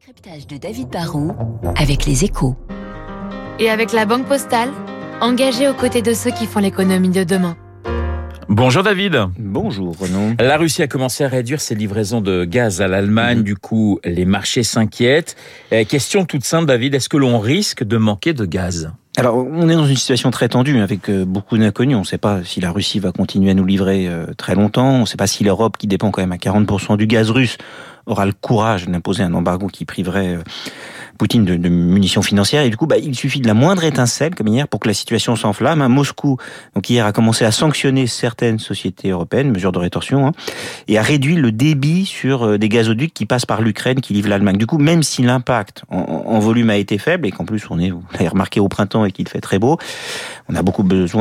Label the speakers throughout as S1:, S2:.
S1: Décryptage de David Barrault avec Les Échos.
S2: Et avec la Banque Postale, engagée aux côtés de ceux qui font l'économie de demain.
S3: Bonjour David.
S4: Bonjour Renaud.
S3: La Russie a commencé à réduire ses livraisons de gaz à l'Allemagne. Du coup, les marchés s'inquiètent. Question toute simple, David, est-ce que l'on risque de manquer de gaz ?
S4: Alors, on est dans une situation très tendue avec beaucoup d'inconnus. On ne sait pas si la Russie va continuer à nous livrer très longtemps. On ne sait pas si l'Europe, qui dépend quand même à 40% du gaz russe, aura le courage d'imposer un embargo qui priverait Poutine de munitions financières. Et du coup, il suffit de la moindre étincelle, comme hier, pour que la situation s'enflamme. Moscou, donc hier, a commencé à sanctionner certaines sociétés européennes, mesures de rétorsion, et a réduit le débit sur des gazoducs qui passent par l'Ukraine, qui livrent l'Allemagne. Du coup, même si l'impact en volume a été faible, et qu'en plus vous l'avez remarqué au printemps et qu'il fait très beau, on a beaucoup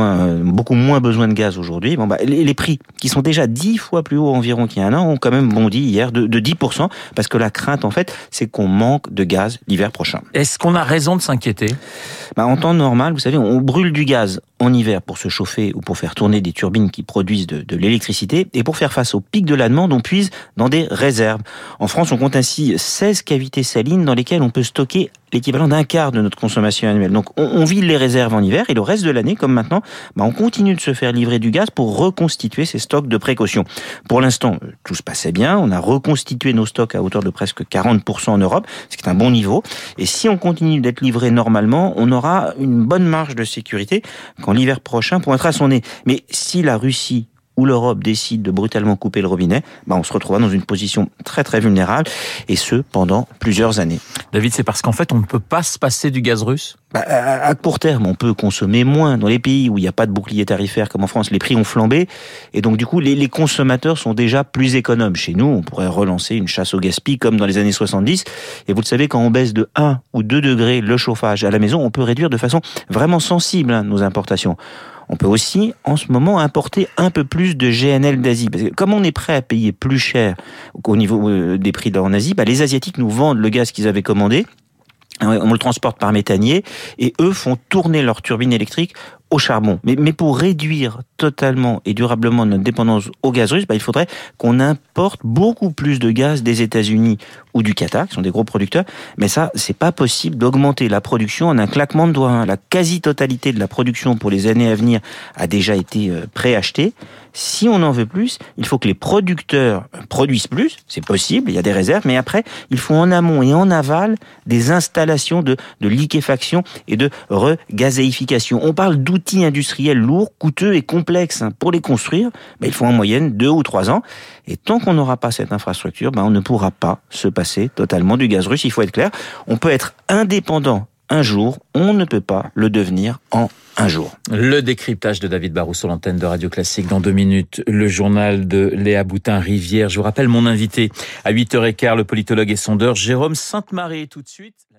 S4: moins besoin de gaz aujourd'hui. Les prix, qui sont déjà 10 fois plus hauts environ qu'il y a un an, ont quand même bondi hier de 10%, parce que la crainte, en fait, c'est qu'on manque de gaz l'hiver prochain.
S3: Est-ce qu'on a raison de s'inquiéter ?
S4: En temps normal, vous savez, on brûle du gaz en hiver pour se chauffer ou pour faire tourner des turbines qui produisent de l'électricité, et pour faire face au pic de la demande, on puise dans des réserves. En France, on compte ainsi 16 cavités salines dans lesquelles on peut stocker l'équivalent d'un quart de notre consommation annuelle. Donc on vide les réserves en hiver, et le reste de l'année, comme maintenant, on continue de se faire livrer du gaz pour reconstituer ces stocks de précaution. Pour l'instant, tout se passait bien. On a reconstitué nos stocks à hauteur de presque 40% en Europe, ce qui est un bon niveau. Et si on continue d'être livré normalement, on aura une bonne marge de sécurité quand l'hiver prochain pointera son nez. Mais si la Russie ou l'Europe décide de brutalement couper le robinet, on se retrouvera dans une position très très vulnérable, et ce pendant plusieurs années.
S3: David, c'est parce qu'en fait on ne peut pas se passer du gaz russe ?
S4: À court terme, on peut consommer moins. Dans les pays où il n'y a pas de bouclier tarifaire comme en France, les prix ont flambé, et donc du coup les consommateurs sont déjà plus économes. Chez nous, on pourrait relancer une chasse au gaspillage comme dans les années 70, et vous le savez, quand on baisse de 1 ou 2 degrés le chauffage à la maison, on peut réduire de façon vraiment sensible nos importations. On peut aussi, en ce moment, importer un peu plus de GNL d'Asie. Parce que comme on est prêt à payer plus cher au niveau des prix en Asie, les Asiatiques nous vendent le gaz qu'ils avaient commandé. On le transporte par méthanier, et eux font tourner leur turbine électrique au charbon. Mais pour réduire totalement et durablement notre dépendance au gaz russe, il faudrait qu'on importe beaucoup plus de gaz des États-Unis ou du Qatar, qui sont des gros producteurs. Mais ça, c'est pas possible d'augmenter la production en un claquement de doigts. La quasi-totalité de la production pour les années à venir a déjà été préachetée. Si on en veut plus, il faut que les producteurs produisent plus. C'est possible, il y a des réserves, mais après, il faut en amont et en aval des installations de liquéfaction et de regazéification. On parle d'outils industriels lourds, coûteux et complexes. Pour les construire, il faut en moyenne 2 ou 3 ans. Et tant qu'on n'aura pas cette infrastructure, on ne pourra pas se passer totalement du gaz russe. Il faut être clair, on peut être indépendant un jour, on ne peut pas le devenir en un jour.
S3: Le décryptage de David Barrault sur l'antenne de Radio Classique. Dans 2 minutes, le journal de Léa Boutin-Rivière. Je vous rappelle mon invité à 8h15, le politologue et sondeur Jérôme Sainte-Marie. Tout de suite.